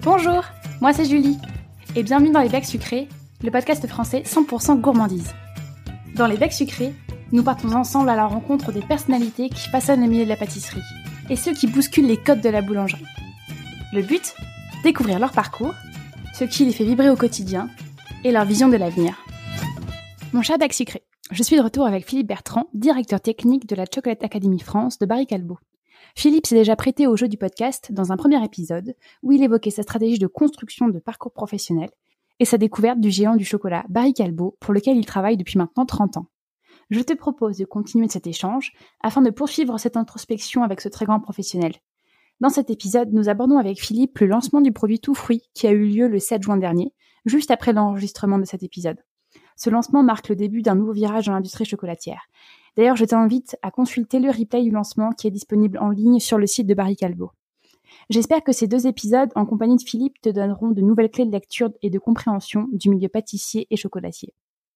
Bonjour, moi c'est Julie, et bienvenue dans Les Becs Sucrés, le podcast français 100% gourmandise. Dans Les Becs Sucrés, nous partons ensemble à la rencontre des personnalités qui façonnent le milieu de la pâtisserie, et ceux qui bousculent les codes de la boulangerie. Le but ? Découvrir leur parcours, ce qui les fait vibrer au quotidien, et leur vision de l'avenir. Mon cher Bec Sucré, je suis de retour avec Philippe Bertrand, directeur technique de la Chocolate Academy France de Barry Callebaut. Philippe s'est déjà prêté au jeu du podcast dans un premier épisode où il évoquait sa stratégie de construction de parcours professionnel et sa découverte du géant du chocolat Barry Callebaut pour lequel il travaille depuis maintenant 30 ans. Je te propose de continuer cet échange afin de poursuivre cette introspection avec ce très grand professionnel. Dans cet épisode, nous abordons avec Philippe le lancement du produit Tout Fruit qui a eu lieu le 7 juin dernier, juste après l'enregistrement de cet épisode. Ce lancement marque le début d'un nouveau virage dans l'industrie chocolatière. D'ailleurs, je t'invite à consulter le replay du lancement qui est disponible en ligne sur le site de Barry Callebaut. J'espère que ces 2 épisodes, en compagnie de Philippe, te donneront de nouvelles clés de lecture et de compréhension du milieu pâtissier et chocolatier.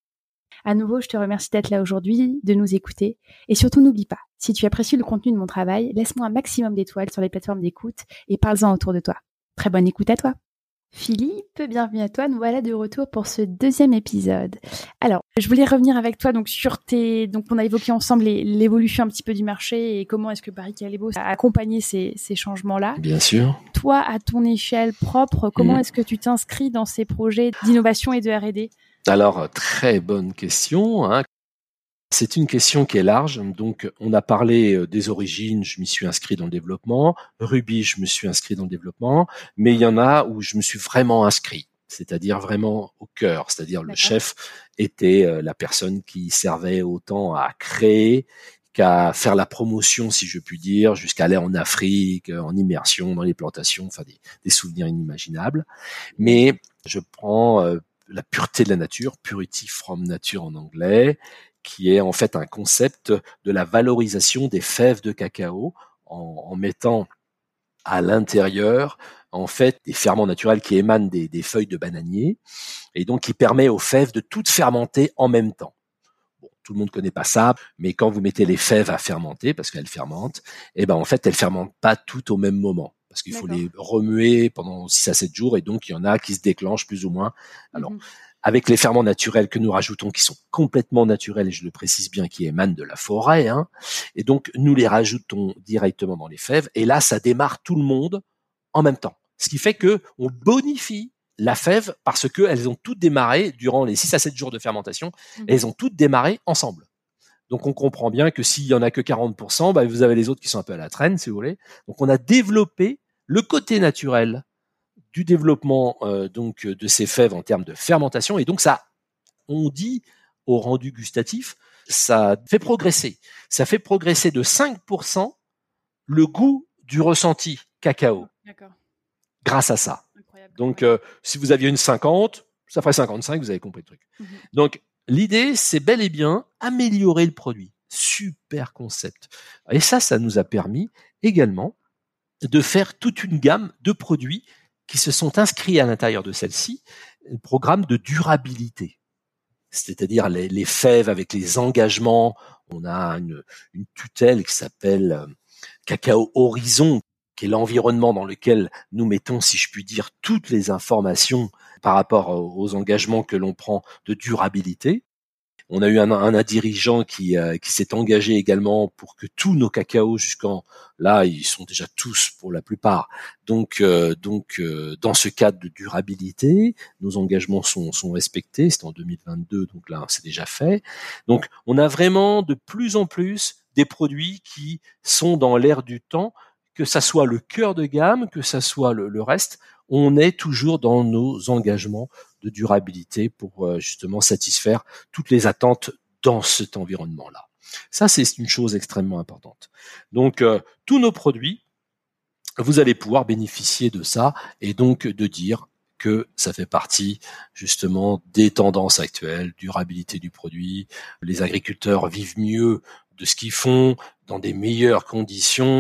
À nouveau, je te remercie d'être là aujourd'hui, de nous écouter. Et surtout, n'oublie pas, si tu apprécies le contenu de mon travail, laisse-moi un maximum d'étoiles sur les plateformes d'écoute et parle-en autour de toi. Très bonne écoute à toi. Philippe, bienvenue à toi. Nous voilà de retour pour ce 2e épisode. Alors, je voulais revenir avec toi sur donc on a évoqué ensemble l'évolution un petit peu du marché et comment est-ce que Barry Callebaut a accompagné ces changements-là. Bien sûr. Toi, à ton échelle propre, comment est-ce que tu t'inscris dans ces projets d'innovation et de R&D ? Alors, très bonne question. C'est une question qui est large. Donc, on a parlé des origines, je m'y suis inscrit dans le développement. Ruby, je me suis inscrit dans le développement. Mais il y en a où je me suis vraiment inscrit, c'est-à-dire vraiment au cœur. C'est-à-dire le chef était la personne qui servait autant à créer qu'à faire la promotion, si je puis dire, jusqu'à aller en Afrique, en immersion, dans les plantations, enfin des souvenirs inimaginables. Mais je prends la pureté de la nature, purity from nature en anglais, qui est en fait un concept de la valorisation des fèves de cacao en mettant à l'intérieur en fait des ferments naturels qui émanent des feuilles de bananier et donc qui permet aux fèves de toutes fermenter en même temps. Bon, tout le monde connaît pas ça, mais quand vous mettez les fèves à fermenter, parce qu'elles fermentent, en fait elles fermentent pas toutes au même moment. Parce qu'il faut les remuer pendant 6 à 7 jours et donc il y en a qui se déclenchent plus ou moins. Alors, avec les ferments naturels que nous rajoutons, qui sont complètement naturels, et je le précise bien, qui émanent de la forêt, et donc nous les rajoutons directement dans les fèves, et là, ça démarre tout le monde en même temps. Ce qui fait que on bonifie la fève parce qu'elles ont toutes démarré durant les 6 à 7 jours de fermentation, et elles ont toutes démarré ensemble. Donc on comprend bien que s'il y en a que 40%, vous avez les autres qui sont un peu à la traîne, si vous voulez. Donc on a développé le côté naturel du développement donc de ces fèves en termes de fermentation, et donc ça, on dit au rendu gustatif, ça fait progresser de 5% le goût du ressenti cacao. D'accord. Grâce à ça. Incroyable. Donc si vous aviez une 50, ça ferait 55, vous avez compris le truc. Donc l'idée, c'est bel et bien améliorer le produit. Super concept. Et ça nous a permis également de faire toute une gamme de produits qui se sont inscrits à l'intérieur de celle-ci, un programme de durabilité. C'est-à-dire les fèves avec les engagements. On a une tutelle qui s'appelle Cacao Horizon, qui est l'environnement dans lequel nous mettons, si je puis dire, toutes les informations par rapport aux engagements que l'on prend de durabilité. On a eu un dirigeant qui s'est engagé également pour que tous nos cacaos là, ils sont déjà tous pour la plupart. Donc dans ce cadre de durabilité, nos engagements sont respectés. C'était en 2022, donc là c'est déjà fait. Donc on a vraiment de plus en plus des produits qui sont dans l'air du temps, que ça soit le cœur de gamme, que ça soit le reste. On est toujours dans nos engagements de durabilité pour justement satisfaire toutes les attentes dans cet environnement-là. Ça, c'est une chose extrêmement importante. Donc, tous nos produits, vous allez pouvoir bénéficier de ça et donc de dire que ça fait partie justement des tendances actuelles, durabilité du produit. Les agriculteurs vivent mieux de ce qu'ils font dans des meilleures conditions.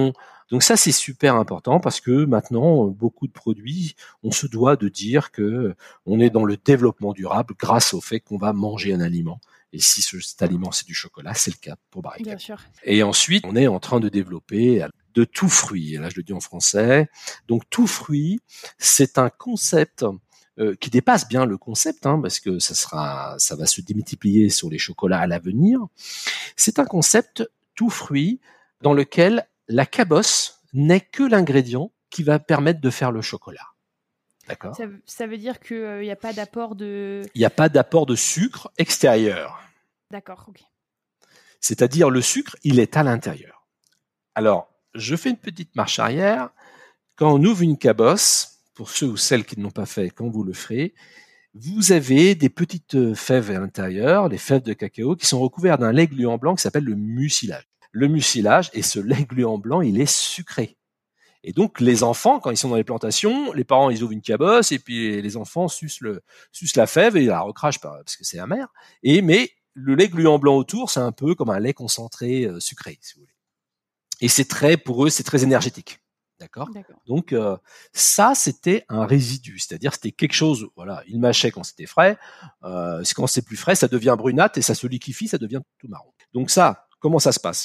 Donc ça, c'est super important parce que maintenant, beaucoup de produits, on se doit de dire que on est dans le développement durable grâce au fait qu'on va manger un aliment. Et si cet aliment, c'est du chocolat, c'est le cas pour Barry Bien Callebaut. sûr. Et ensuite, on est en train de développer de tout fruit. Et là, je le dis en français. Donc, tout fruit, c'est un concept qui dépasse bien le concept, parce que ça va se démultiplier sur les chocolats à l'avenir. C'est un concept tout fruit dans lequel la cabosse n'est que l'ingrédient qui va permettre de faire le chocolat. D'accord ? Ça veut dire qu'il n'y a pas d'apport de... Il n'y a pas d'apport de sucre extérieur. D'accord, ok. C'est-à-dire le sucre, il est à l'intérieur. Alors, je fais une petite marche arrière. Quand on ouvre une cabosse, pour ceux ou celles qui ne l'ont pas fait, quand vous le ferez, vous avez des petites fèves à l'intérieur, les fèves de cacao, qui sont recouvertes d'un lait gluant blanc qui s'appelle le mucilage. Le mucilage, et ce lait gluant blanc, il est sucré. Et donc, les enfants, quand ils sont dans les plantations, les parents, ils ouvrent une cabosse, et puis les enfants sucent la fève, et ils la recrachent parce que c'est amer. Mais le lait gluant blanc autour, c'est un peu comme un lait concentré sucré, si vous voulez. Et pour eux, c'est très énergétique. D'accord ? Donc, ça, c'était un résidu. C'est-à-dire, c'était quelque chose, voilà, il mâchait quand c'était frais. Quand c'est plus frais, ça devient brunâtre et ça se liquéfie, ça devient tout marron. Donc ça, comment ça se passe ?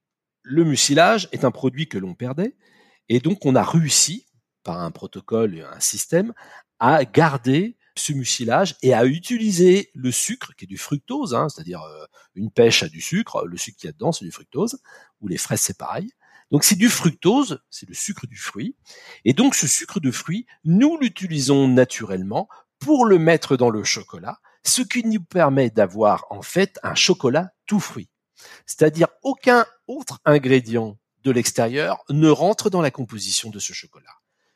Le mucilage est un produit que l'on perdait. Et donc, on a réussi, par un protocole, un système, à garder ce mucilage et à utiliser le sucre, qui est du fructose, c'est-à-dire une pêche a du sucre, le sucre qu'il y a dedans, c'est du fructose, ou les fraises, c'est pareil. Donc, c'est du fructose, c'est le sucre du fruit. Et donc, ce sucre de fruit, nous l'utilisons naturellement pour le mettre dans le chocolat, ce qui nous permet d'avoir, en fait, un chocolat tout fruit. C'est-à-dire, aucun autre ingrédient de l'extérieur ne rentre dans la composition de ce chocolat.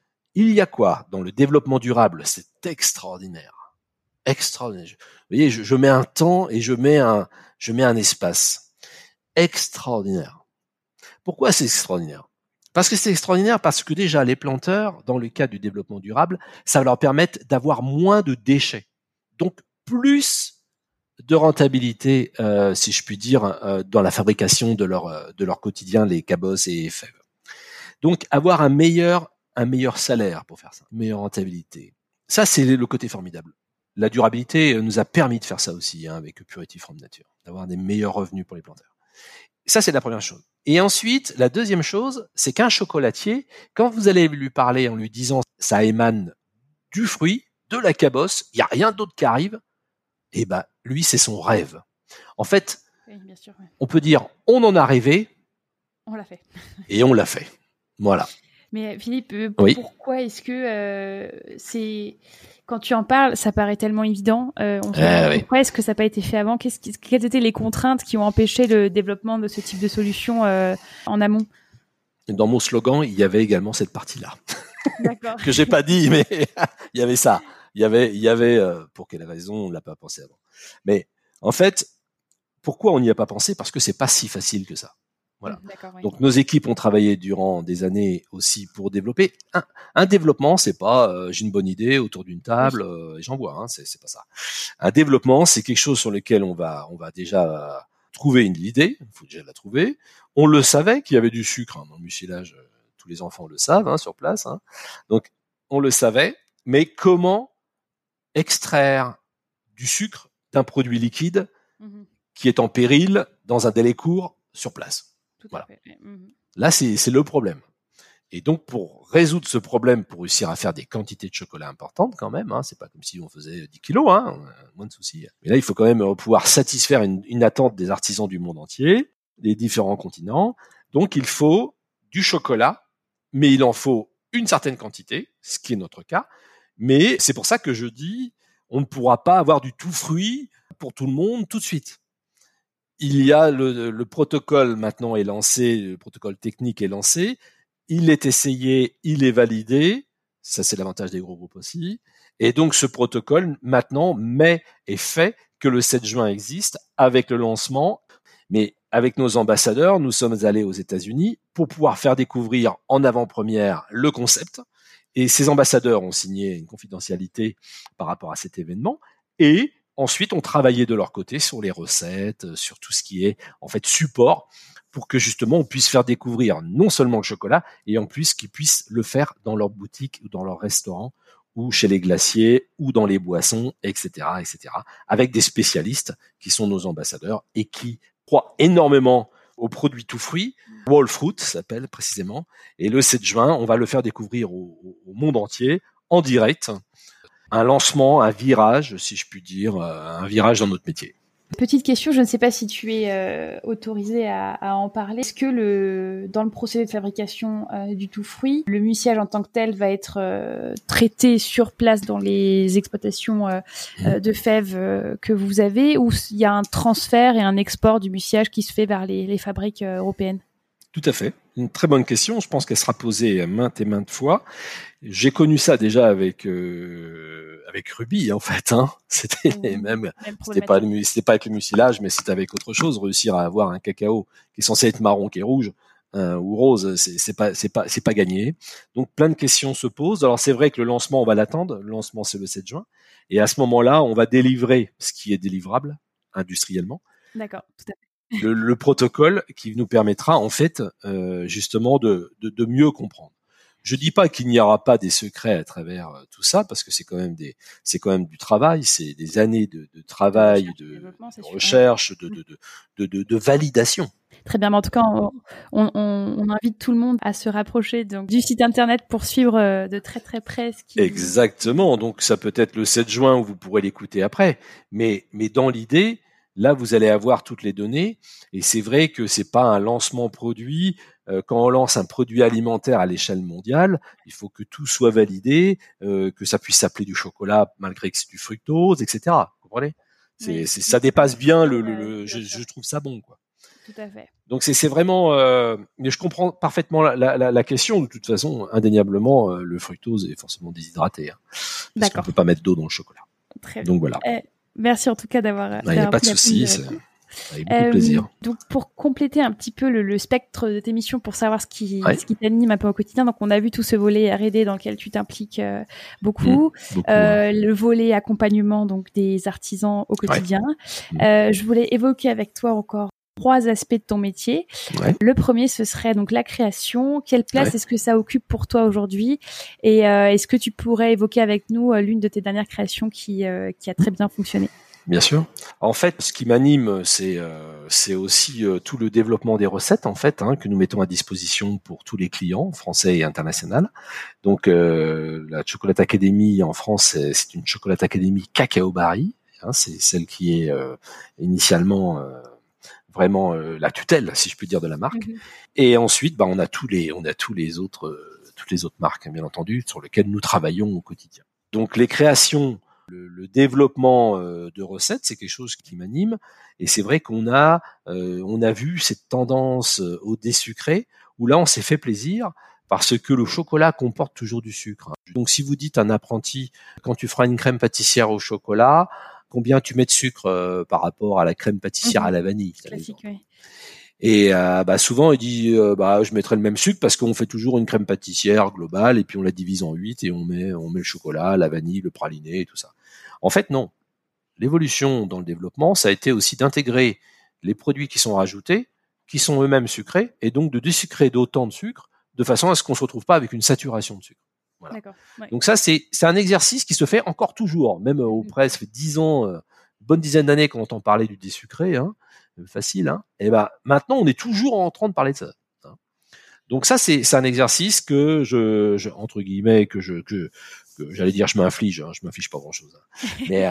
Il y a quoi dans le développement durable ? C'est extraordinaire. Extraordinaire. Vous voyez, je mets un temps et je mets un espace. Extraordinaire. Pourquoi c'est extraordinaire ? Parce que c'est extraordinaire parce que déjà, les planteurs, dans le cadre du développement durable, ça va leur permettre d'avoir moins de déchets. Donc, plus de rentabilité, si je puis dire, dans la fabrication de leur quotidien, les cabosses et les fèves. Donc, avoir un meilleur salaire pour faire ça, une meilleure rentabilité. Ça, c'est le côté formidable. La durabilité nous a permis de faire ça aussi, avec Purity from Nature, d'avoir des meilleurs revenus pour les planteurs. Ça, c'est la première chose. Et ensuite, la deuxième chose, c'est qu'un chocolatier, quand vous allez lui parler en lui disant ça émane du fruit, de la cabosse, il n'y a rien d'autre qui arrive, et lui, c'est son rêve. En fait, oui, bien sûr, ouais. On peut dire on en a rêvé, on l'a fait. Et on l'a fait. Voilà. Mais Philippe, oui. Pourquoi est-ce que c'est... Quand tu en parles, ça paraît tellement évident. Pourquoi est-ce que ça n'a pas été fait avant ? Quelles étaient les contraintes qui ont empêché le développement de ce type de solution en amont ? Dans mon slogan, il y avait également cette partie-là. D'accord. Que j'ai pas dit, mais il y avait ça. Il y avait pour quelle raison on l'a pas pensé avant. Mais en fait, pourquoi on n'y a pas pensé ? Parce que c'est pas si facile que ça. Voilà. Oui. Donc nos équipes ont travaillé durant des années aussi pour développer. Un développement, c'est pas j'ai une bonne idée autour d'une table et j'en bois. C'est pas ça. Un développement, c'est quelque chose sur lequel on va déjà trouver l'idée. Il faut déjà la trouver. On le savait qu'il y avait du sucre dans le mucilage. Tous les enfants le savent sur place. Donc on le savait, mais comment extraire du sucre d'un produit liquide qui est en péril dans un délai court sur place. Voilà. Là, c'est le problème. Et donc, pour résoudre ce problème, pour réussir à faire des quantités de chocolat importantes quand même, c'est pas comme si on faisait 10 kilos, moins de soucis. Mais là, il faut quand même pouvoir satisfaire une attente des artisans du monde entier, des différents continents. Donc, il faut du chocolat, mais il en faut une certaine quantité, ce qui est notre cas. Mais c'est pour ça que je dis, on ne pourra pas avoir du tout fruit pour tout le monde tout de suite. Il y a le protocole maintenant est lancé, le protocole technique est lancé, il est essayé, il est validé, ça c'est l'avantage des gros groupes aussi, et donc ce protocole maintenant fait que le 7 juin existe avec le lancement, mais avec nos ambassadeurs, nous sommes allés aux États-Unis pour pouvoir faire découvrir en avant-première le concept, et ces ambassadeurs ont signé une confidentialité par rapport à cet événement, et ensuite ont travaillé de leur côté sur les recettes, sur tout ce qui est en fait support pour que justement on puisse faire découvrir non seulement le chocolat, et en plus qu'ils puissent le faire dans leur boutique ou dans leur restaurant ou chez les glaciers ou dans les boissons, etc., avec des spécialistes qui sont nos ambassadeurs et qui croient énormément aux produits tout fruits. Whole Fruit s'appelle précisément. Et le 7 juin, on va le faire découvrir au monde entier, en direct. Un lancement, un virage, si je puis dire, un virage dans notre métier. Petite question, je ne sais pas si tu es autorisé à en parler. Est-ce que dans le procédé de fabrication du tout fruit, le mucilage en tant que tel va être traité sur place dans les exploitations de fèves que vous avez, ou il y a un transfert et un export du mucilage qui se fait vers les fabriques européennes? Tout à fait. Une très bonne question. Je pense qu'elle sera posée maintes et maintes fois. J'ai connu ça déjà avec Ruby, en fait. C'était c'était pas avec le mucilage, mais c'était avec autre chose. Réussir à avoir un cacao qui est censé être marron, qui est rouge ou rose, c'est pas gagné. Donc plein de questions se posent. Alors c'est vrai que le lancement, on va l'attendre. Le lancement, c'est le 7 juin, et à ce moment-là, on va délivrer ce qui est délivrable industriellement. D'accord, tout à fait. Le protocole qui nous permettra en fait justement de mieux comprendre. Je dis pas qu'il n'y aura pas des secrets à travers tout ça, parce que c'est quand même du travail, c'est des années de travail, de recherche, de validation. Très bien, mais en tout cas, on invite tout le monde à se rapprocher donc du site internet pour suivre de très très près ce qui... Exactement, donc ça peut être le 7 juin où vous pourrez l'écouter après, mais dans l'idée, là, vous allez avoir toutes les données, et c'est vrai que c'est pas un lancement produit. Quand on lance un produit alimentaire à l'échelle mondiale, il faut que tout soit validé, que ça puisse s'appeler du chocolat malgré que c'est du fructose, etc. Vous comprenez ? Ça dépasse bien je trouve ça bon, quoi. Tout à fait. Donc c'est vraiment, mais je comprends parfaitement la question. De toute façon, indéniablement, le fructose est forcément déshydraté, parce qu'on peut pas mettre d'eau dans le chocolat. Très bien. Donc voilà. Merci en tout cas d'avoir. Il n'y a pas de souci. Avec beaucoup de plaisir. Donc pour compléter un petit peu le spectre de tes missions, pour savoir ce qui t'anime un peu au quotidien, donc on a vu tout ce volet R&D dans lequel tu t'impliques beaucoup, le volet accompagnement donc des artisans au quotidien. Je voulais évoquer avec toi encore 3 aspects de ton métier. Le premier, ce serait donc la création. Quelle place est-ce que ça occupe pour toi aujourd'hui? Et est-ce que tu pourrais évoquer avec nous l'une de tes dernières créations qui a très bien fonctionné? Bien sûr. En fait, ce qui m'anime, c'est aussi tout le développement des recettes, en fait, que nous mettons à disposition pour tous les clients français et internationaux. Donc, la Chocolate Academy en France, c'est une Chocolate Academy Cacao Barry. C'est celle qui est initialement vraiment la tutelle, si je puis dire, de la marque. Et ensuite, on a toutes les autres marques, bien entendu, sur lesquelles nous travaillons au quotidien. Donc, les créations, le développement de recettes, c'est quelque chose qui m'anime. Et c'est vrai qu'on a vu cette tendance au désucré, où là, on s'est fait plaisir, parce que le chocolat comporte toujours du sucre. Donc, si vous dites à un apprenti, quand tu feras une crème pâtissière au chocolat, combien tu mets de sucre par rapport à la crème pâtissière à la vanille? Classique, oui. Et souvent, il dit je mettrai le même sucre parce qu'on fait toujours une crème pâtissière globale et puis on la divise en 8 et on met le chocolat, la vanille, le praliné et tout ça. En fait, non. L'évolution dans le développement, ça a été aussi d'intégrer les produits qui sont rajoutés, qui sont eux-mêmes sucrés, et donc de désucrer d'autant de sucre de façon à ce qu'on se retrouve pas avec une saturation de sucre. Voilà. D'accord. Ouais. Donc ça, c'est un exercice qui se fait encore toujours, même auprès, ça fait 10 ans, bonne dizaine d'années qu'on entend parler du désucré, facile, et maintenant on est toujours en train de parler de ça. Donc ça, c'est un exercice que je entre guillemets que j'allais dire je m'inflige pas grand chose, mais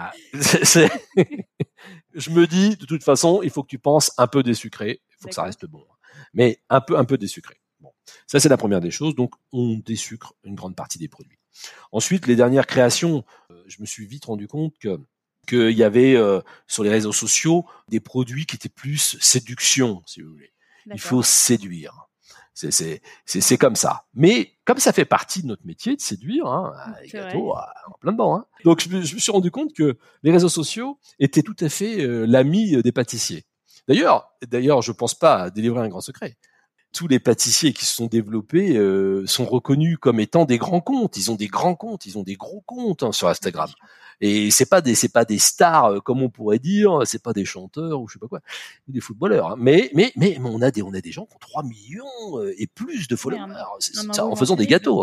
je me dis de toute façon il faut que tu penses un peu désucré, il faut que ça reste bon, mais un peu désucré. Bon, ça c'est la première des choses. Donc on désucre une grande partie des produits. Ensuite, les dernières créations, je me suis vite rendu compte qu'il y avait sur les réseaux sociaux des produits qui étaient plus séduction, si vous voulez. D'accord. Il faut séduire. C'est comme ça. Mais comme ça fait partie de notre métier de séduire, les gâteaux en plein dedans. Donc je me suis rendu compte que les réseaux sociaux étaient tout à fait l'ami des pâtissiers. D'ailleurs, je pense pas délivrer un grand secret. tous les pâtissiers qui se sont développés sont reconnus comme étant des grands comptes. Ils ont des grands comptes, ils ont des gros comptes sur Instagram. Et c'est pas des stars comme on pourrait dire, c'est pas des chanteurs ou je sais pas quoi, ou des footballeurs. Mais on a des gens qui ont 3 millions et plus de followers. En faisant des gâteaux,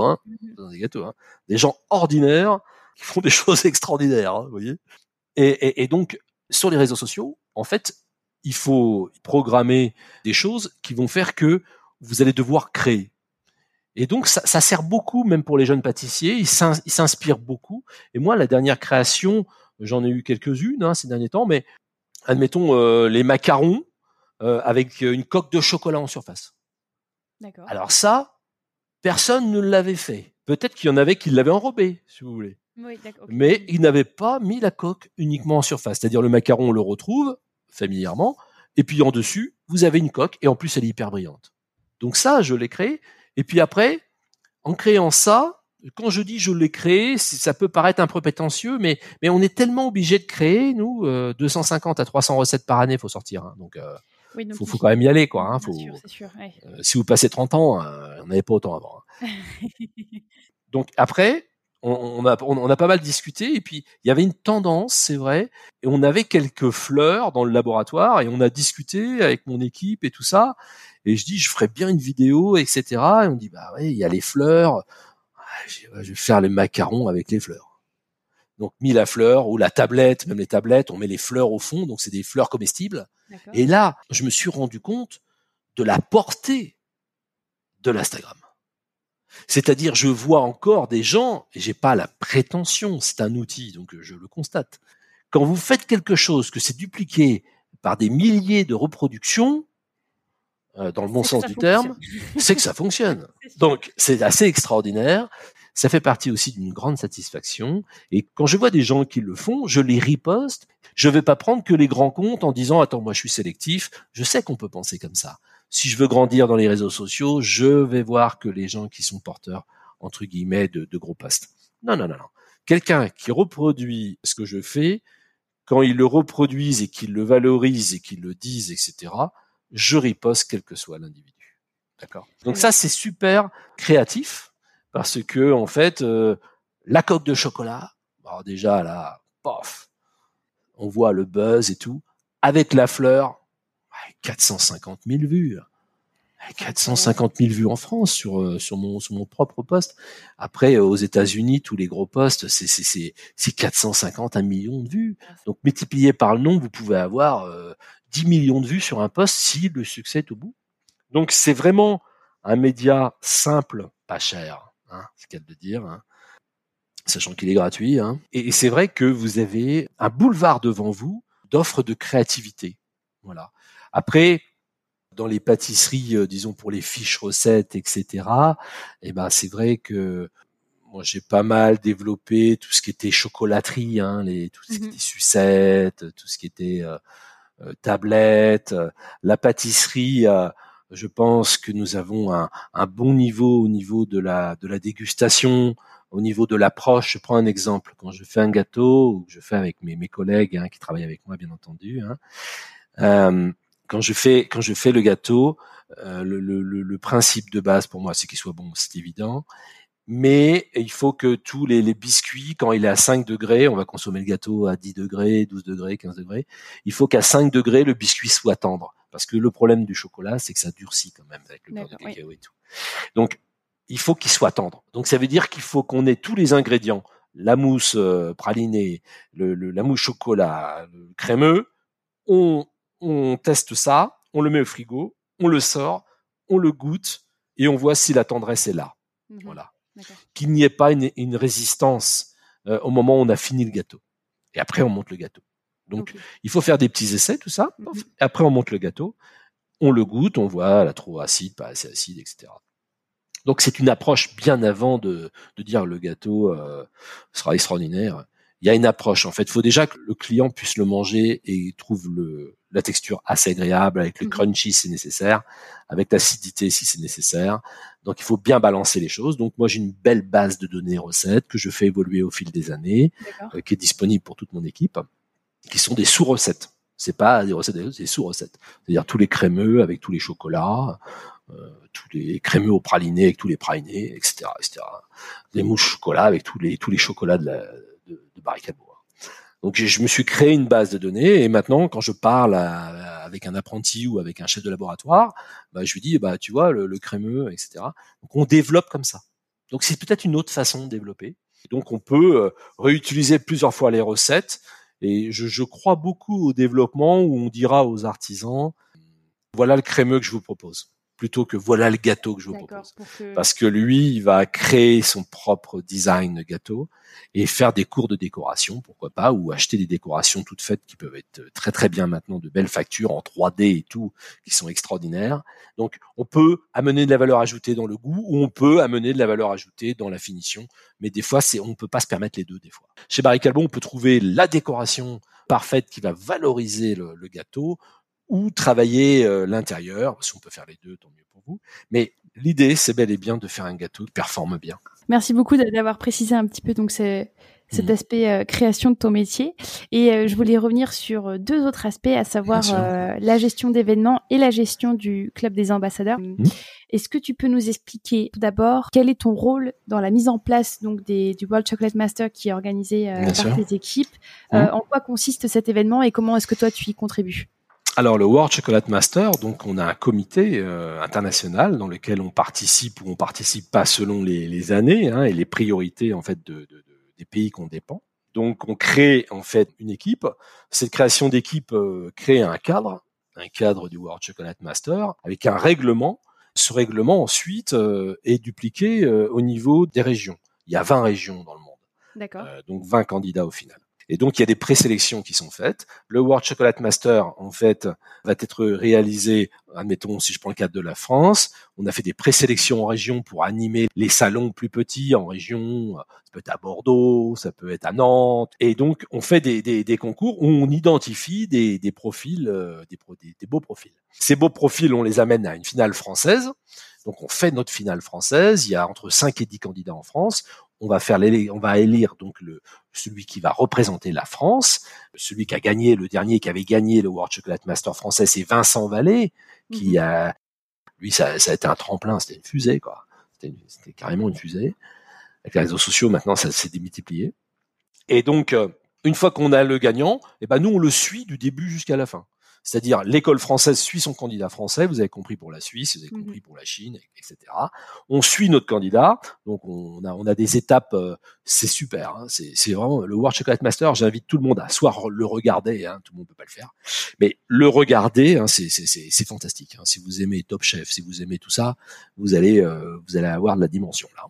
des gens ordinaires qui font des choses extraordinaires, vous voyez. Et donc sur les réseaux sociaux, en fait, il faut programmer des choses qui vont faire que vous allez devoir créer. Et donc, ça sert beaucoup, même pour les jeunes pâtissiers. Ils s'inspirent beaucoup. Et moi, la dernière création, j'en ai eu quelques-unes ces derniers temps, mais admettons les macarons avec une coque de chocolat en surface. D'accord. Alors ça, personne ne l'avait fait. Peut-être qu'il y en avait qui l'avaient enrobé, si vous voulez. Oui, d'accord. Okay. Mais ils n'avaient pas mis la coque uniquement en surface. C'est-à-dire le macaron, on le retrouve familièrement, et puis en dessus, vous avez une coque, et en plus, elle est hyper brillante. Donc ça, je l'ai créé. Et puis après, en créant ça, quand je dis je l'ai créé, ça peut paraître un peu prétentieux, mais on est tellement obligé de créer, nous, 250 à 300 recettes par année, faut sortir. Donc faut quand même y aller, quoi. C'est sûr. Ouais. Si vous passez 30 ans, on n'avait pas autant avant. Donc après, on a pas mal discuté, et puis il y avait une tendance, c'est vrai, et on avait quelques fleurs dans le laboratoire, et on a discuté avec mon équipe et tout ça, et je dis je ferais bien une vidéo, etc. Et on dit bah ouais, il y a les fleurs, je vais faire les macarons avec les fleurs. Donc mis la fleur ou la tablette, même les tablettes, on met les fleurs au fond, donc c'est des fleurs comestibles. D'accord. Et là, je me suis rendu compte de la portée de l'Instagram. C'est-à-dire, je vois encore des gens, et j'ai pas la prétention, c'est un outil, donc je le constate. Quand vous faites quelque chose, que c'est dupliqué par des milliers de reproductions, dans le bon sens du terme, c'est que ça fonctionne. Donc, c'est assez extraordinaire. Ça fait partie aussi d'une grande satisfaction. Et quand je vois des gens qui le font, je les riposte. Je vais pas prendre que les grands comptes en disant, attends, moi, je suis sélectif. Je sais qu'on peut penser comme ça. Si je veux grandir dans les réseaux sociaux, je vais voir que les gens qui sont porteurs, entre guillemets, de gros posts. Non. Quelqu'un qui reproduit ce que je fais, quand ils le reproduisent et qu'ils le valorisent et qu'ils le disent, etc., je riposte quel que soit l'individu. D'accord ? Donc ça, c'est super créatif parce que, en fait, la coque de chocolat, alors déjà, là, pof, on voit le buzz et tout. Avec la fleur, 450 000 vues. 450 000 vues en France sur mon propre post. Après, aux États-Unis, tous les gros posts, c'est 450 1 million de vues. Donc, multiplié par le nombre, vous pouvez avoir 10 millions de vues sur un post si le succès est au bout. Donc, c'est vraiment un média simple, pas cher, c'est le cas de dire, sachant qu'il est gratuit. Et c'est vrai que vous avez un boulevard devant vous d'offres de créativité. Voilà. Après, dans les pâtisseries, disons pour les fiches recettes, etc. Et ben c'est vrai que moi j'ai pas mal développé tout ce qui était chocolaterie, tout ce qui était sucettes, tout ce qui était tablettes, la pâtisserie. Je pense que nous avons un bon niveau au niveau de la dégustation, au niveau de l'approche. Je prends un exemple. Quand je fais un gâteau, ou que je fais avec mes collègues qui travaillent avec moi, bien entendu. Quand je fais le gâteau, le principe de base pour moi, c'est qu'il soit bon, c'est évident. Mais il faut que tous les biscuits, quand il est à 5 degrés, on va consommer le gâteau à 10 degrés, 12 degrés, 15 degrés. Il faut qu'à 5 degrés, le biscuit soit tendre. Parce que le problème du chocolat, c'est que ça durcit quand même avec le beurre de cacao et tout. Donc, il faut qu'il soit tendre. Donc, ça veut dire qu'il faut qu'on ait tous les ingrédients. La mousse pralinée, la mousse chocolat, le crémeux. On teste ça, on le met au frigo, on le sort, on le goûte et on voit si la tendresse est là. Voilà. D'accord. Qu'il n'y ait pas une résistance au moment où on a fini le gâteau. Et après, on monte le gâteau. Donc, il faut faire des petits essais, tout ça. Et après, on monte le gâteau, on le goûte, on voit la trop acide, pas assez acide, etc. Donc, c'est une approche bien avant de dire le gâteau sera extraordinaire. Il y a une approche, en fait. Il faut déjà que le client puisse le manger et trouve la texture assez agréable, avec le crunchy si c'est nécessaire, avec l'acidité si c'est nécessaire. Donc, il faut bien balancer les choses. Donc, moi, j'ai une belle base de données recettes que je fais évoluer au fil des années, qui est disponible pour toute mon équipe, qui sont des sous-recettes. C'est pas des recettes, c'est des sous-recettes. C'est-à-dire tous les crémeux avec tous les chocolats. tous les crémeux au praliné avec tous les pralinés, etc., etc. Des mouches chocolat avec tous les chocolats de Barry Callebaut. Donc je me suis créé une base de données et maintenant quand je parle avec un apprenti ou avec un chef de laboratoire, je lui dis tu vois le crémeux, etc. Donc on développe comme ça. Donc c'est peut-être une autre façon de développer. Donc on peut réutiliser plusieurs fois les recettes et je crois beaucoup au développement où on dira aux artisans voilà le crémeux que je vous propose, plutôt que voilà le gâteau que je vous propose. Parce que lui, il va créer son propre design de gâteau et faire des cours de décoration, pourquoi pas, ou acheter des décorations toutes faites qui peuvent être très très bien maintenant, de belles factures en 3D et tout, qui sont extraordinaires. Donc, on peut amener de la valeur ajoutée dans le goût ou on peut amener de la valeur ajoutée dans la finition. Mais des fois, on ne peut pas se permettre les deux, des fois. Chez Barry Callebaut, on peut trouver la décoration parfaite qui va valoriser le gâteau, ou travailler l'intérieur. Si on peut faire les deux, tant mieux pour vous. Mais l'idée, c'est bel et bien de faire un gâteau qui performe bien. Merci beaucoup d'avoir précisé un petit peu donc cet aspect création de ton métier. Et je voulais revenir sur deux autres aspects, à savoir la gestion d'événements et la gestion du club des ambassadeurs. Est-ce que tu peux nous expliquer tout d'abord quel est ton rôle dans la mise en place donc du World Chocolate Master qui est organisé par tes équipes, en quoi consiste cet événement et comment est-ce que toi tu y contribues? Alors le World Chocolate Master, donc on a un comité international dans lequel on participe ou on participe pas selon les années et les priorités en fait des pays qu'on dépend. Donc on crée en fait une équipe. Cette création d'équipe crée un cadre du World Chocolate Master avec un règlement. Ce règlement ensuite est dupliqué au niveau des régions. Il y a 20 régions dans le monde. D'accord. Donc 20 candidats au final. Et donc, il y a des présélections qui sont faites. Le World Chocolate Master, en fait, va être réalisé, admettons, si je prends le cadre de la France, on a fait des présélections en région pour animer les salons plus petits en région. Ça peut être à Bordeaux, ça peut être à Nantes. Et donc, on fait des concours où on identifie des profils, des beaux profils. Ces beaux profils, on les amène à une finale française. Donc, on fait notre finale française. Il y a entre 5 et 10 candidats en France. On va élire donc celui qui va représenter la France, celui qui a gagné le dernier, qui avait gagné le World Chocolate Master français, c'est Vincent Vallée, qui lui, ça a été un tremplin, c'était une fusée, quoi. C'était carrément une fusée. Avec les réseaux sociaux, maintenant, ça s'est démultiplié. Et donc, une fois qu'on a le gagnant, nous, on le suit du début jusqu'à la fin. C'est-à-dire, l'école française suit son candidat français, vous avez compris pour la Suisse, vous avez compris pour la Chine, etc. On suit notre candidat, donc on a des étapes, c'est super, c'est vraiment le World Chocolate Master, j'invite tout le monde à soit le regarder, tout le monde peut pas le faire, mais le regarder, c'est fantastique. Si vous aimez Top Chef, si vous aimez tout ça, vous allez avoir de la dimension là.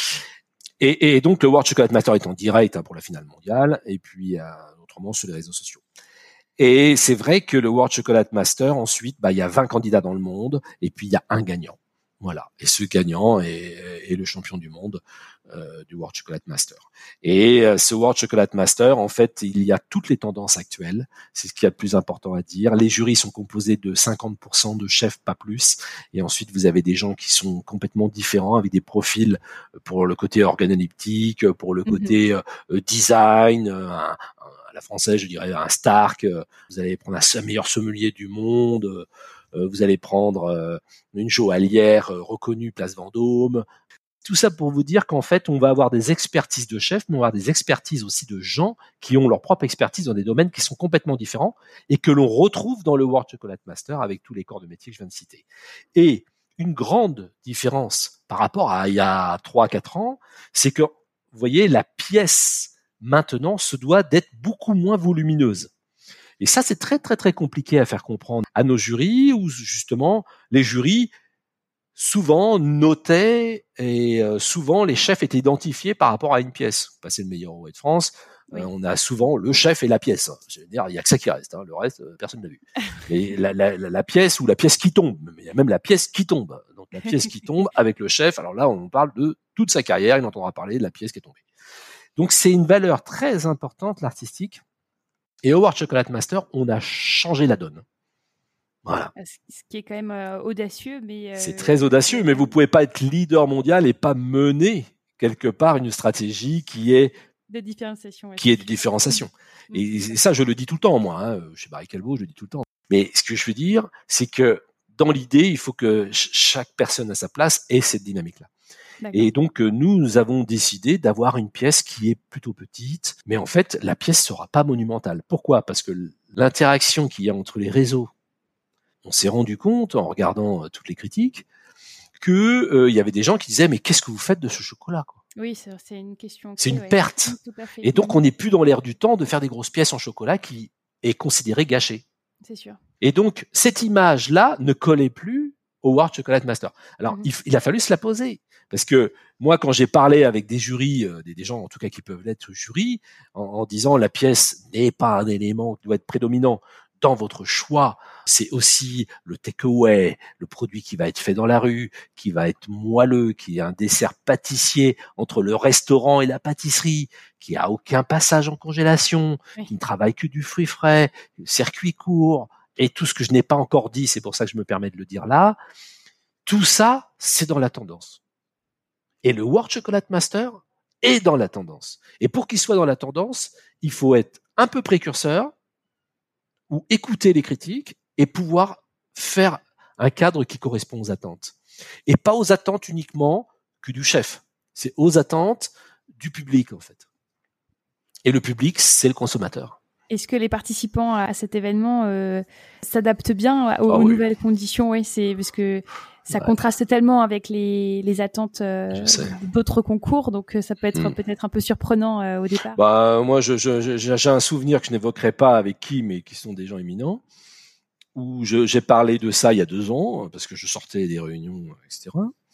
Et donc le World Chocolate Master est en direct pour la finale mondiale, et puis autrement sur les réseaux sociaux. Et c'est vrai que le World Chocolate Master, ensuite, il y a 20 candidats dans le monde, et puis il y a un gagnant. Voilà. Et ce gagnant est le champion du monde du World Chocolate Master. Et ce World Chocolate Master, en fait, il y a toutes les tendances actuelles. C'est ce qu'il y a de plus important à dire. Les jurys sont composés de 50% de chefs, pas plus. Et ensuite, vous avez des gens qui sont complètement différents, avec des profils pour le côté organoleptique, pour le côté design, à la française, je dirais un Stark. Vous allez prendre un meilleur sommelier du monde. Vous allez prendre une joaillière reconnue Place Vendôme. Tout ça pour vous dire qu'en fait, on va avoir des expertises de chefs, mais on va avoir des expertises aussi de gens qui ont leur propre expertise dans des domaines qui sont complètement différents et que l'on retrouve dans le World Chocolate Master avec tous les corps de métier que je viens de citer. Et une grande différence par rapport à il y a 3-4 ans, c'est que, vous voyez, la pièce maintenant se doit d'être beaucoup moins volumineuse. Et ça, c'est très, très, très compliqué à faire comprendre à nos jurys, où justement, les jurys souvent notaient et souvent les chefs étaient identifiés par rapport à une pièce. Passez le meilleur Oreiller de France, on a souvent le chef et la pièce. Je veux dire, il y a que ça qui reste. Le reste, personne n'a vu. Et la pièce ou la pièce qui tombe, mais il y a même la pièce qui tombe. Donc la pièce qui tombe avec le chef. Alors là, on parle de toute sa carrière. Il entendra parler de la pièce qui est tombée. Donc c'est une valeur très importante, l'artistique. Et au World Chocolate Master, on a changé la donne. Voilà. Ce qui est quand même audacieux, mais c'est très audacieux, mais vous pouvez pas être leader mondial et pas mener quelque part une stratégie qui est de différenciation. Qui est de différenciation. Et ça, je le dis tout le temps, moi. Chez Barry Callebaut, je le dis tout le temps. Mais ce que je veux dire, c'est que dans l'idée, il faut que chaque personne à sa place ait cette dynamique-là. D'accord. Et donc, nous avons décidé d'avoir une pièce qui est plutôt petite, mais en fait, la pièce sera pas monumentale. Pourquoi ? Parce que l'interaction qu'il y a entre les réseaux, on s'est rendu compte, en regardant toutes les critiques, que il y avait des gens qui disaient « Mais qu'est-ce que vous faites de ce chocolat ?» quoi. Oui, c'est une question. C'est une perte. Tout à fait. Et donc, on n'est plus dans l'air du temps de faire des grosses pièces en chocolat qui est considéré gâché. C'est sûr. Et donc, cette image-là ne collait plus au World Chocolate Master. Alors, il a fallu se la poser. Parce que moi, quand j'ai parlé avec des jurys, des gens en tout cas qui peuvent l'être jury, en disant la pièce n'est pas un élément qui doit être prédominant dans votre choix, c'est aussi le takeaway, le produit qui va être fait dans la rue, qui va être moelleux, qui est un dessert pâtissier entre le restaurant et la pâtisserie, qui a aucun passage en congélation, qui ne travaille que du fruit frais, circuit court, et tout ce que je n'ai pas encore dit, c'est pour ça que je me permets de le dire là. Tout ça, c'est dans la tendance. Et le World Chocolate Master est dans la tendance. Et pour qu'il soit dans la tendance, il faut être un peu précurseur ou écouter les critiques et pouvoir faire un cadre qui correspond aux attentes. Et pas aux attentes uniquement que du chef. C'est aux attentes du public, en fait. Et le public, c'est le consommateur. Est-ce que les participants à cet événement s'adaptent bien aux nouvelles conditions ? Oui, c'est parce que ça contraste tellement avec les attentes d'autres concours, donc ça peut être peut-être un peu surprenant au départ. Moi, j'ai un souvenir que je n'évoquerai pas avec qui, mais qui sont des gens éminents, où j'ai parlé de ça il y a 2 ans, parce que je sortais des réunions, etc.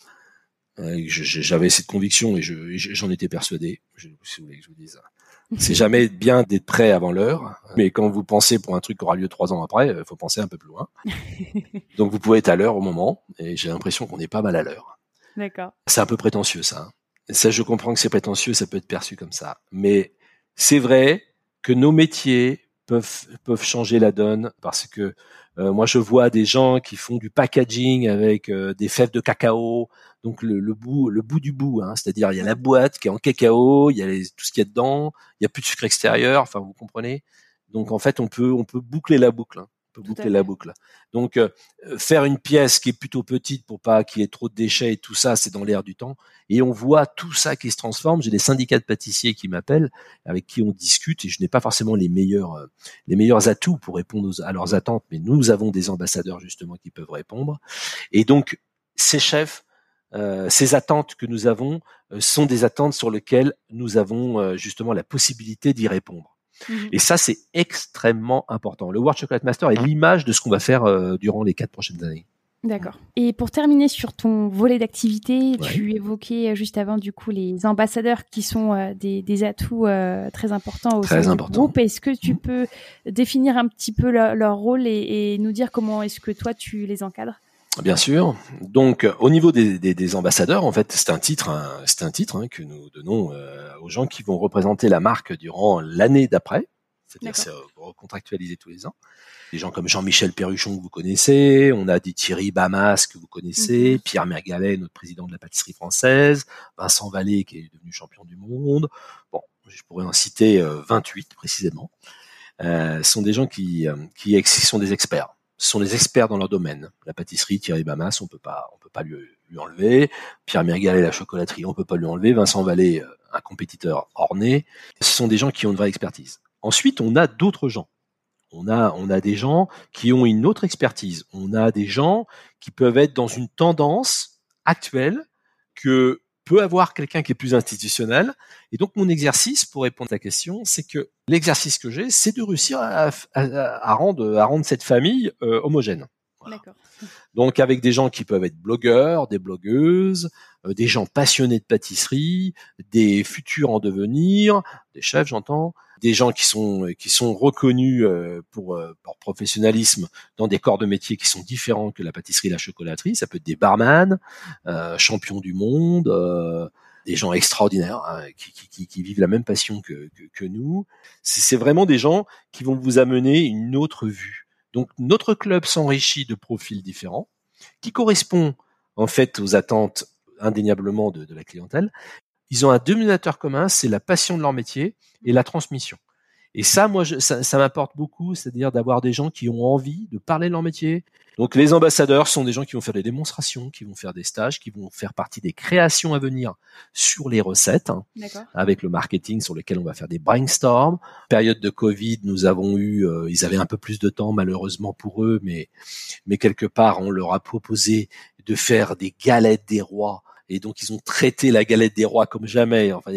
J'avais cette conviction et j'en étais persuadé. Si vous voulez que je vous dise. C'est jamais bien d'être prêt avant l'heure, mais quand vous pensez pour un truc qui aura lieu 3 ans après, il faut penser un peu plus loin. Donc vous pouvez être à l'heure au moment, et j'ai l'impression qu'on est pas mal à l'heure. D'accord. C'est un peu prétentieux ça. Ça, je comprends que c'est prétentieux, ça peut être perçu comme ça. Mais c'est vrai que nos métiers peuvent changer la donne, parce que moi je vois des gens qui font du packaging avec des fèves de cacao, donc le bout du bout, hein, c'est-à-dire il y a la boîte qui est en cacao, il y a tout ce qu'il y a dedans, il y a plus de sucre extérieur, enfin vous comprenez. Donc en fait on peut boucler la boucle, hein. On peut boucler la boucle. Donc faire une pièce qui est plutôt petite pour pas qu'il y ait trop de déchets et tout ça, c'est dans l'air du temps. Et on voit tout ça qui se transforme. J'ai des syndicats de pâtissiers qui m'appellent, avec qui on discute, et je n'ai pas forcément les meilleurs atouts pour répondre à leurs attentes, mais nous avons des ambassadeurs justement qui peuvent répondre. Et donc ces chefs, ces attentes que nous avons sont des attentes sur lesquelles nous avons justement la possibilité d'y répondre. Et ça, c'est extrêmement important. Le World Chocolate Master est l'image de ce qu'on va faire durant les 4 prochaines années. D'accord. Et pour terminer sur ton volet d'activité, tu évoquais juste avant du coup les ambassadeurs qui sont des atouts très importants au sein du groupe. Est-ce que tu peux définir un petit peu leur rôle et nous dire comment est-ce que toi tu les encadres ? Bien sûr. Donc, au niveau des ambassadeurs, en fait, c'est un titre que nous donnons aux gens qui vont représenter la marque durant l'année d'après. C'est-à-dire, c'est recontractualisé tous les ans. Des gens comme Jean-Michel Perruchon que vous connaissez, on a des Thierry Bamas que vous connaissez, Pierre Mergalet, notre président de la pâtisserie française, Vincent Vallée qui est devenu champion du monde. Bon, je pourrais en citer 28 précisément. Ce sont des gens qui sont des experts. Ce sont des experts dans leur domaine. La pâtisserie, Thierry Bamas, on peut pas lui enlever. Pierre Mergalet, la chocolaterie, on peut pas lui enlever. Vincent Vallée, un compétiteur orné. Ce sont des gens qui ont une vraie expertise. Ensuite, on a d'autres gens. On a des gens qui ont une autre expertise. On a des gens qui peuvent être dans une tendance actuelle que peut avoir quelqu'un qui est plus institutionnel. Et donc, mon exercice, pour répondre à ta question, c'est que l'exercice que j'ai, c'est de réussir à rendre cette famille homogène. Voilà. D'accord. Donc, avec des gens qui peuvent être blogueurs, des blogueuses, des gens passionnés de pâtisserie, des futurs en devenir, des chefs, j'entends, des gens qui sont reconnus pour leur professionnalisme dans des corps de métier qui sont différents que la pâtisserie et la chocolaterie. Ça peut être des barman, champions du monde, des gens extraordinaires hein, qui vivent la même passion que nous. C'est vraiment des gens qui vont vous amener une autre vue. Donc notre club s'enrichit de profils différents qui correspondent en fait aux attentes indéniablement de la clientèle. Ils ont un dénominateur commun, c'est la passion de leur métier et la transmission. Et ça, moi, ça m'apporte beaucoup, c'est-à-dire d'avoir des gens qui ont envie de parler de leur métier. Donc, les ambassadeurs sont des gens qui vont faire des démonstrations, qui vont faire des stages, qui vont faire partie des créations à venir sur les recettes, D'accord. avec le marketing sur lequel on va faire des brainstorms. Période de Covid, nous avons eu, ils avaient un peu plus de temps malheureusement pour eux, mais quelque part, on leur a proposé de faire des galettes des rois. Et donc, ils ont traité la galette des rois comme jamais. Enfin,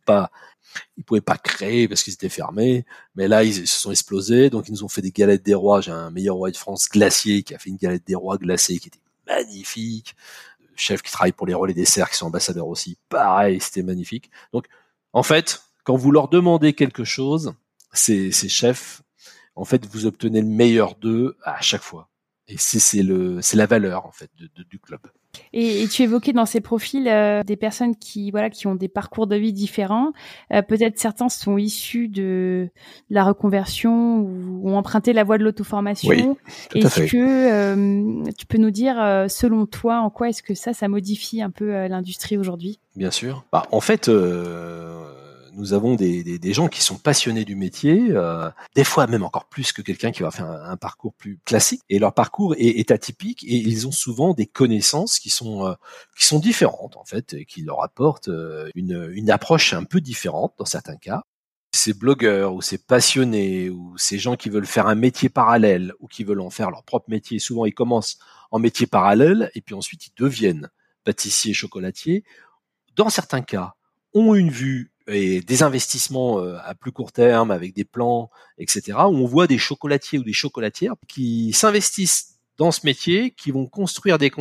ils pouvaient pas créer parce qu'ils étaient fermés, mais là ils se sont explosés, donc ils nous ont fait des galettes des rois. J'ai un meilleur roi de France glacier qui a fait une galette des rois glacée qui était magnifique. Le chef qui travaille pour les relais desserts qui sont ambassadeurs aussi, pareil, c'était magnifique. Donc en fait, quand vous leur demandez quelque chose, ces chefs, en fait, vous obtenez le meilleur d'eux à chaque fois. Et c'est la valeur en fait du club. Et tu évoquais dans ces profils des personnes qui ont des parcours de vie différents. Peut-être certains sont issus de la reconversion ou ont emprunté la voie de l'auto-formation. Oui, tout à fait. Est-ce que tu peux nous dire, selon toi, en quoi est-ce que ça modifie un peu l'industrie aujourd'hui ? Bien sûr. En fait, nous avons des gens qui sont passionnés du métier, des fois même encore plus que quelqu'un qui va faire un parcours plus classique. Et leur parcours est atypique et ils ont souvent des connaissances qui sont différentes en fait, et qui leur apportent une approche un peu différente dans certains cas. Ces blogueurs ou ces passionnés ou ces gens qui veulent faire un métier parallèle ou qui veulent en faire leur propre métier, souvent ils commencent en métier parallèle et puis ensuite ils deviennent pâtissiers, chocolatiers. Dans certains cas, ont une vue et des investissements à plus court terme avec des plans, etc., où on voit des chocolatiers ou des chocolatières qui s'investissent dans ce métier, qui vont construire des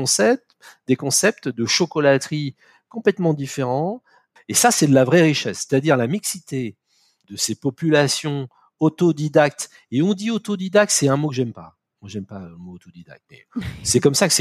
concepts de chocolaterie complètement différents. Et ça, c'est de la vraie richesse, c'est-à-dire la mixité de ces populations autodidactes. Et on dit autodidacte, c'est un mot que j'aime pas. Moi, j'aime pas le mot autodidacte, mais c'est comme ça que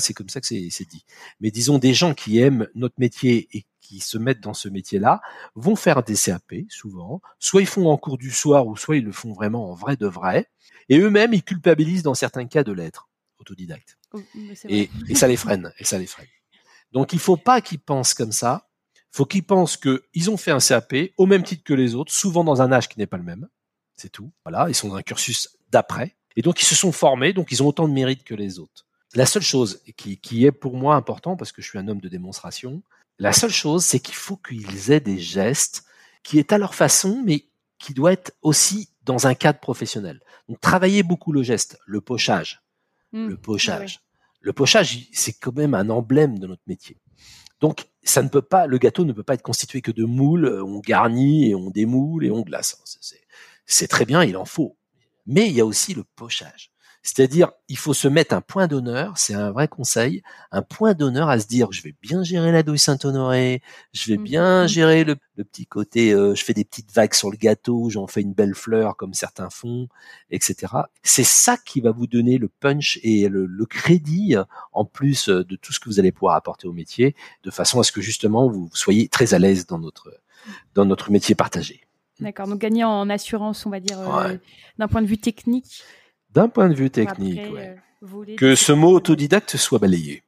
c'est dit. Mais disons, des gens qui aiment notre métier et qui se mettent dans ce métier-là vont faire des CAP, souvent. Soit ils font en cours du soir, ou soit ils le font vraiment en vrai de vrai. Et eux-mêmes, ils culpabilisent dans certains cas de l'être autodidacte. Et ça les freine, Donc, il faut pas qu'ils pensent comme ça. Faut qu'ils pensent qu'ils ont fait un CAP au même titre que les autres, souvent dans un âge qui n'est pas le même. C'est tout. Voilà, ils sont dans un cursus d'après. Et donc, ils se sont formés, donc ils ont autant de mérite que les autres. La seule chose qui est pour moi important, parce que je suis un homme de démonstration, la seule chose, c'est qu'il faut qu'ils aient des gestes qui est à leur façon, mais qui doit être aussi dans un cadre professionnel. Donc, travailler beaucoup le geste, le pochage. Le pochage. Ouais. Le pochage, c'est quand même un emblème de notre métier. Donc, le gâteau ne peut pas être constitué que de moules, on garnit et on démoule et on glace. C'est très bien, il en faut. Mais il y a aussi le pochage. C'est-à-dire, il faut se mettre un point d'honneur, c'est un vrai conseil, un point d'honneur à se dire, je vais bien gérer la douille Saint-Honoré, je vais bien gérer le petit côté, je fais des petites vagues sur le gâteau, j'en fais une belle fleur comme certains font, etc. C'est ça qui va vous donner le punch et le crédit, en plus de tout ce que vous allez pouvoir apporter au métier, de façon à ce que justement vous soyez très à l'aise dans notre métier partagé. D'accord, donc gagner en assurance, on va dire, d'un point de vue technique. D'un point de vue technique, après, que ce mot autodidacte soit balayé.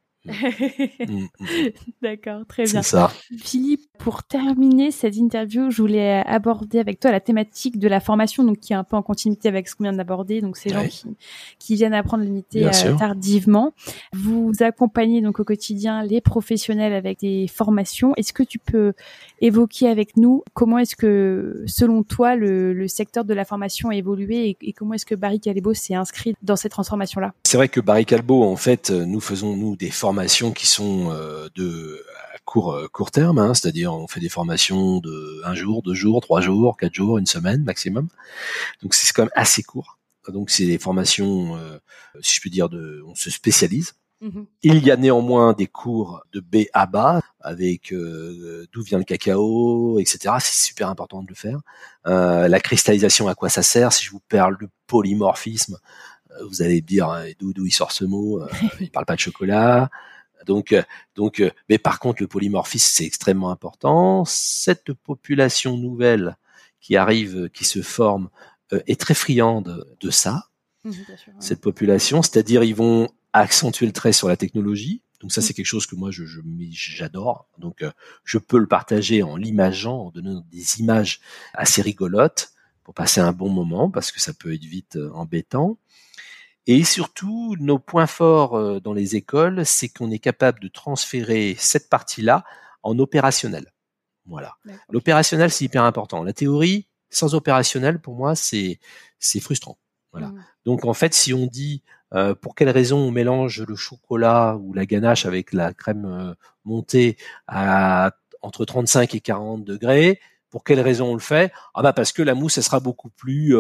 D'accord, très bien. C'est ça. Philippe, pour terminer cette interview, je voulais aborder avec toi la thématique de la formation, donc qui est un peu en continuité avec ce qu'on vient d'aborder. Donc ces gens qui viennent apprendre le métier tardivement. Vous accompagnez donc au quotidien les professionnels avec des formations. Est-ce que tu peux évoquer avec nous comment est-ce que, selon toi, le secteur de la formation a évolué et comment est-ce que Barry Callebaut s'est inscrit dans cette transformation-là ? C'est vrai que Barry Callebaut, en fait, nous faisons des formations qui sont de court terme, c'est-à-dire on fait des formations de 1 jour, 2 jours, 3 jours, 4 jours, 1 semaine maximum. Donc c'est quand même assez court. Donc c'est des formations, si je peux dire, on se spécialise. Il y a néanmoins des cours de B à bas avec d'où vient le cacao, etc. C'est super important de le faire. La cristallisation, à quoi ça sert? Si je vous parle de polymorphisme, vous allez me dire d'où il sort ce mot. Il parle pas de chocolat. Donc, mais par contre, le polymorphisme, c'est extrêmement important. Cette population nouvelle qui arrive, qui se forme, est très friande de ça. Bien sûr, cette population, c'est-à-dire ils vont accentuer le trait sur la technologie. Donc ça, c'est quelque chose que moi, j'adore. Donc, je peux le partager en l'imageant, en donnant des images assez rigolotes. pour passer un bon moment, parce que ça peut être vite embêtant. Et surtout, nos points forts dans les écoles, c'est qu'on est capable de transférer cette partie-là en opérationnel. Voilà. D'accord. L'opérationnel, c'est hyper important. La théorie, sans opérationnel, pour moi, c'est frustrant. Voilà. Donc, en fait, si on dit pour quelle raison on mélange le chocolat ou la ganache avec la crème montée à entre 35 et 40 degrés, pour quelle raison on le fait? Ah bah parce que la mousse, elle sera beaucoup plus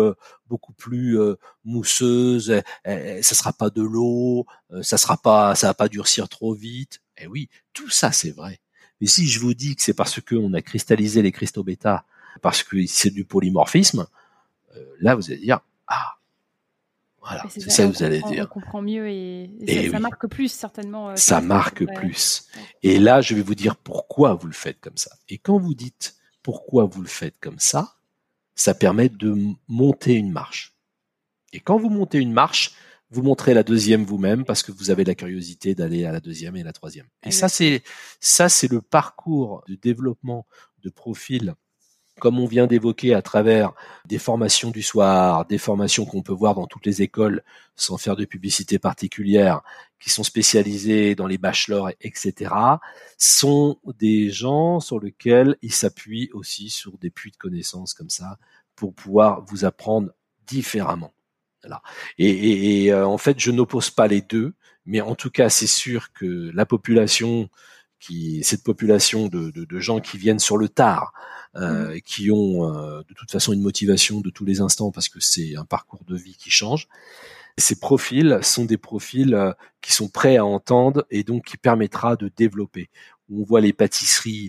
mousseuse, ça sera pas de l'eau, ça va pas durcir trop vite. Eh oui, tout ça c'est vrai. Mais si je vous dis que c'est parce que on a cristallisé les cristaux bêta, parce que c'est du polymorphisme, là vous allez dire ah voilà, c'est ça que vous allez dire. On comprend mieux et ça oui, marque plus certainement. Ça marque plus. Et là, je vais vous dire pourquoi vous le faites comme ça. Et quand vous dites pourquoi vous le faites comme ça permet de monter une marche. Et quand vous montez une marche, vous montrez la deuxième vous-même parce que vous avez la curiosité d'aller à la deuxième et la troisième. Et ça, c'est le parcours de développement de profil comme on vient d'évoquer à travers des formations du soir, des formations qu'on peut voir dans toutes les écoles sans faire de publicité particulière, qui sont spécialisées dans les bachelors, etc., sont des gens sur lesquels ils s'appuient aussi sur des puits de connaissances comme ça pour pouvoir vous apprendre différemment. Voilà. Et en fait, je n'oppose pas les deux, mais en tout cas, c'est sûr que la population cette population de gens qui viennent sur le tard, qui ont de toute façon une motivation de tous les instants parce que c'est un parcours de vie qui change. Ces profils sont des profils qui sont prêts à entendre et donc qui permettra de développer. On voit les pâtisseries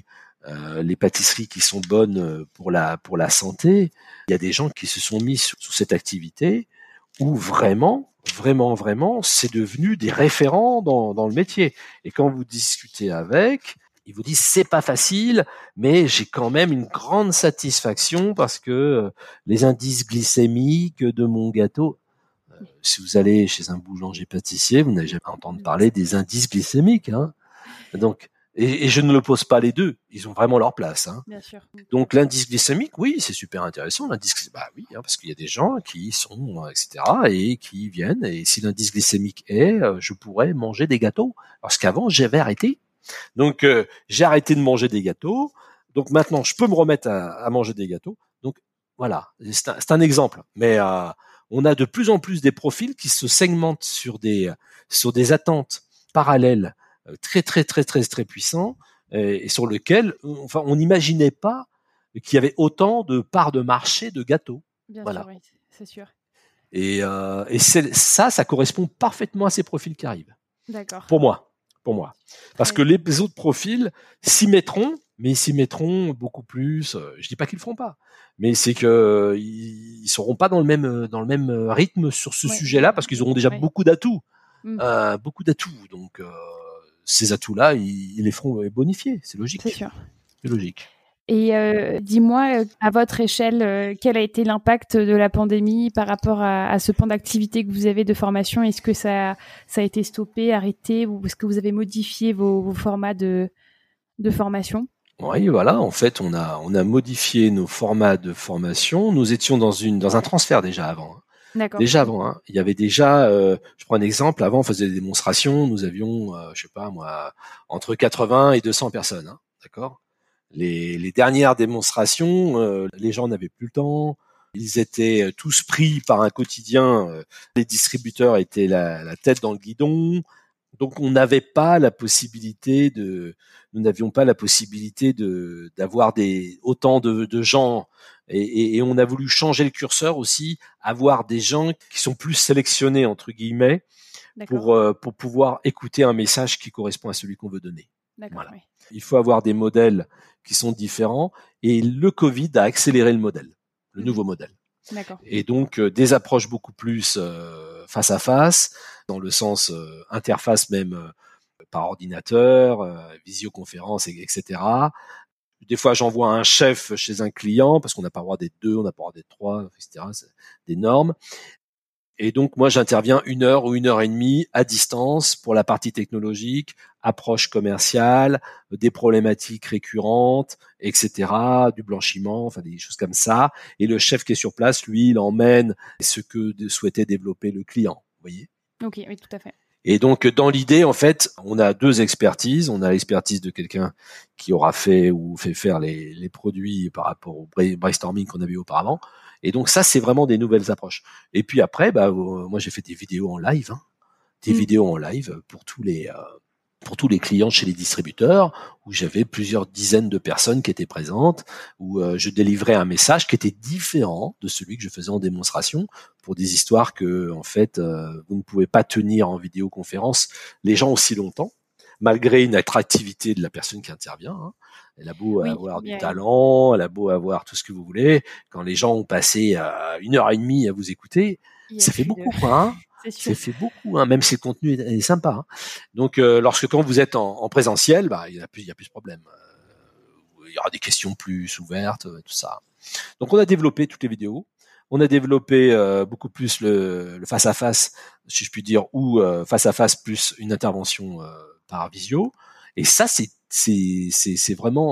qui sont bonnes pour la santé. Il y a des gens qui se sont mis sous cette activité où vraiment, c'est devenu des référents dans le métier. Et quand vous discutez avec, ils vous disent c'est pas facile, mais j'ai quand même une grande satisfaction parce que les indices glycémiques de mon gâteau, si vous allez chez un boulanger pâtissier, vous n'allez jamais entendre parler des indices glycémiques, hein. Donc, et je ne l'oppose pas les deux, ils ont vraiment leur place, hein. Bien sûr. Donc l'indice glycémique, oui, c'est super intéressant. L'indice, bah oui, hein, parce qu'il y a des gens qui sont, etc., et qui viennent. Et si l'indice glycémique est, je pourrais manger des gâteaux, parce qu'avant j'avais arrêté. Donc j'ai arrêté de manger des gâteaux. Donc maintenant je peux me remettre à manger des gâteaux. Donc voilà, c'est un exemple. Mais on a de plus en plus des profils qui se segmentent sur des attentes parallèles très puissants et sur lequel, enfin, on n'imaginait pas qu'il y avait autant de parts de marché de gâteaux. Bien voilà. sûr, oui, c'est sûr. Et ça correspond parfaitement à ces profils qui arrivent. D'accord. Pour moi. Parce que les autres profils s'y mettront, mais ils s'y mettront beaucoup plus. Je dis pas qu'ils le feront pas, mais c'est que ils seront pas dans le même rythme sur ce sujet-là parce qu'ils auront déjà beaucoup d'atouts, Donc ces atouts-là, ils les feront bonifier. C'est logique. C'est sûr. C'est logique. Et dis-moi, à votre échelle, quel a été l'impact de la pandémie par rapport à ce pan d'activité que vous avez de formation? Est-ce que ça a été stoppé, arrêté, ou est-ce que vous avez modifié vos formats de formation? Oui, voilà. En fait, on a modifié nos formats de formation. Nous étions dans un transfert déjà avant. D'accord. Déjà avant, hein. Il y avait déjà, je prends un exemple, avant on faisait des démonstrations, nous avions, je sais pas moi, entre 80 et 200 personnes, hein, d'accord. Les dernières démonstrations, les gens n'avaient plus le temps, ils étaient tous pris par un quotidien, les distributeurs étaient la tête dans le guidon, donc nous n'avions pas la possibilité d'avoir autant de gens. Et on a voulu changer le curseur aussi, avoir des gens qui sont plus sélectionnés entre guillemets pour pouvoir écouter un message qui correspond à celui qu'on veut donner. Voilà. Oui. Il faut avoir des modèles qui sont différents et le Covid a accéléré le modèle, le nouveau modèle. D'accord. Et donc des approches beaucoup plus face à face, dans le sens interface même par ordinateur, visioconférence, etc. Des fois, j'envoie un chef chez un client parce qu'on n'a pas le droit d'être deux, on n'a pas le droit d'être trois, etc. C'est des normes. Et donc, moi, j'interviens 1 heure ou 1 heure et demie à distance pour la partie technologique, approche commerciale, des problématiques récurrentes, etc., du blanchiment, enfin des choses comme ça. Et le chef qui est sur place, lui, il emmène ce que souhaitait développer le client. Vous voyez ? Ok, oui, tout à fait. Et donc, dans l'idée, en fait, on a 2 expertises. On a l'expertise de quelqu'un qui aura fait ou fait faire les produits par rapport au brainstorming qu'on avait eu auparavant. Et donc, ça, c'est vraiment des nouvelles approches. Et puis après, moi, j'ai fait des vidéos en live, vidéos en live pour tous les clients chez les distributeurs, où j'avais plusieurs dizaines de personnes qui étaient présentes, où je délivrais un message qui était différent de celui que je faisais en démonstration, pour des histoires que, en fait, vous ne pouvez pas tenir en vidéoconférence les gens aussi longtemps, malgré une attractivité de la personne qui intervient. Elle a beau avoir du talent, elle a beau avoir tout ce que vous voulez. Quand les gens ont passé 1 heure et demie à vous écouter, ça fait beaucoup, C'est fait beaucoup, même si le contenu est sympa. Donc, quand vous êtes en présentiel, il y a plus de problème. Il y aura des questions plus ouvertes, tout ça. Donc, on a développé toutes les vidéos. On a développé beaucoup plus le face-à-face, si je puis dire, ou face-à-face plus une intervention par visio. Et ça, c'est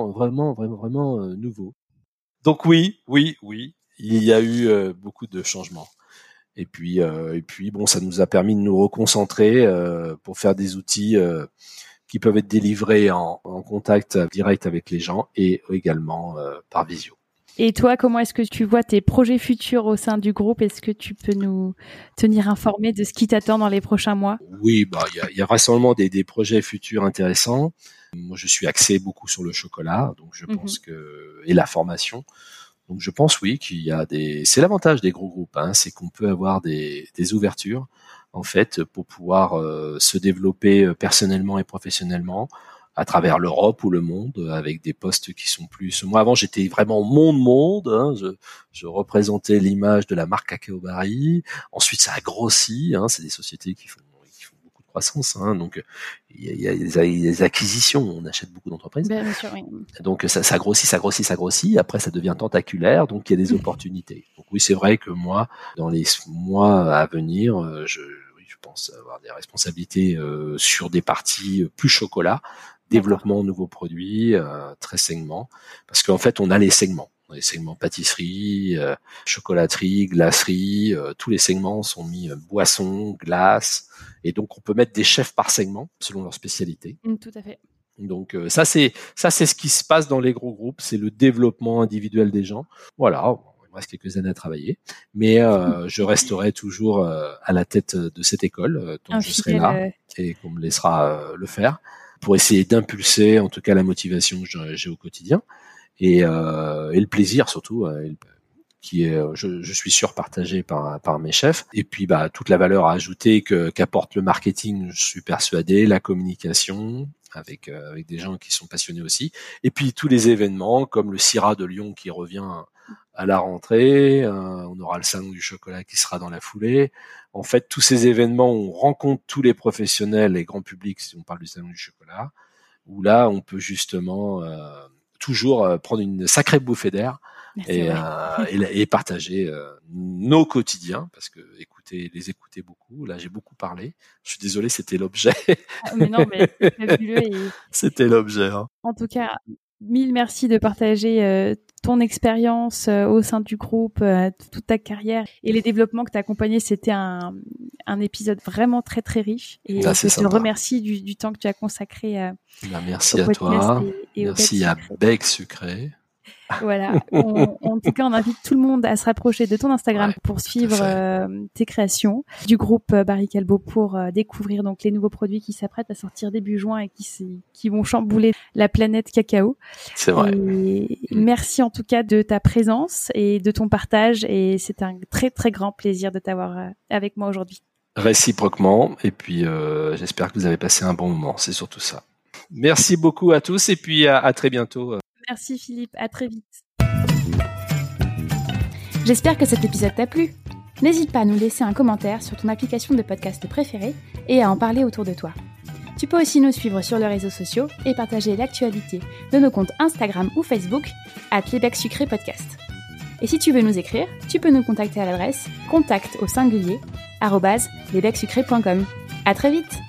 vraiment nouveau. Donc oui, il y a eu beaucoup de changements. Et puis bon, ça nous a permis de nous reconcentrer pour faire des outils qui peuvent être délivrés en contact direct avec les gens et également par visio. Et toi, comment est-ce que tu vois tes projets futurs au sein du groupe ? Est-ce que tu peux nous tenir informés de ce qui t'attend dans les prochains mois ? Oui, il y a vraisemblablement des projets futurs intéressants. Moi, je suis axé beaucoup sur le chocolat, donc je pense et la formation. Donc je pense qu'il y a c'est l'avantage des gros groupes, c'est qu'on peut avoir des ouvertures en fait pour pouvoir se développer personnellement et professionnellement à travers l'Europe ou le monde, avec des postes qui sont plus. Moi avant j'étais vraiment monde. Je représentais l'image de la marque Cacao Barry. Ensuite ça a grossi. C'est des sociétés qui font beaucoup de croissance. Donc il y a des acquisitions. On achète beaucoup d'entreprises. Bien sûr, oui. Donc ça grossit. Après ça devient tentaculaire. Donc il y a des opportunités. Donc oui, c'est vrai que moi, dans les mois à venir, je pense avoir des responsabilités sur des parties plus chocolat. Développement de nouveaux produits, très segments, parce qu'en fait on a les segments pâtisserie, chocolaterie, glacerie, tous les segments sont mis boissons, glace, et donc on peut mettre des chefs par segment selon leur spécialité. Tout à fait. Donc ça c'est ce qui se passe dans les gros groupes, c'est le développement individuel des gens. Voilà. Il me reste quelques années à travailler, mais je resterai toujours à la tête de cette école tant que je serai là et qu'on me laissera le faire, pour essayer d'impulser en tout cas la motivation que j'ai au quotidien et le plaisir surtout qui est, je suis sûr, partagé par mes chefs. Et puis toute la valeur ajoutée qu'apporte le marketing, je suis persuadé, la communication avec des gens qui sont passionnés aussi. Et puis tous les événements comme le CIRA de Lyon qui revient à la rentrée, on aura le salon du chocolat qui sera dans la foulée. En fait, tous ces événements où on rencontre tous les professionnels et grand public, si on parle du salon du chocolat, où là, on peut justement toujours prendre une sacrée bouffée d'air et partager nos quotidiens, parce que les écouter beaucoup. Là, j'ai beaucoup parlé. Je suis désolé, c'était l'objet. Mais non, mais c'est fabuleux. C'était l'objet. En tout cas, mille merci de partager ton expérience au sein du groupe, toute ta carrière et les développements que tu as accompagnés. C'était un épisode vraiment très très riche, et je te remercie du temps que tu as consacré merci à toi et merci à Bec Sucré. Voilà. En tout cas, on invite tout le monde à se rapprocher de ton Instagram pour suivre tes créations, du groupe Barry Callebaut, pour découvrir donc les nouveaux produits qui s'apprêtent à sortir début juin et qui vont chambouler la planète cacao. C'est vrai. Et merci en tout cas de ta présence et de ton partage, et c'est un très très grand plaisir de t'avoir avec moi aujourd'hui. Réciproquement, et puis j'espère que vous avez passé un bon moment, c'est surtout ça. Merci beaucoup à tous, et puis à très bientôt. Merci Philippe, à très vite. J'espère que cet épisode t'a plu. N'hésite pas à nous laisser un commentaire sur ton application de podcast préférée et à en parler autour de toi. Tu peux aussi nous suivre sur les réseaux sociaux et partager l'actualité de nos comptes Instagram ou Facebook @lesbecsucrés podcast. Et si tu veux nous écrire, tu peux nous contacter à l'adresse contact@lesbecsucrés lesbecssucrés.com. À très vite!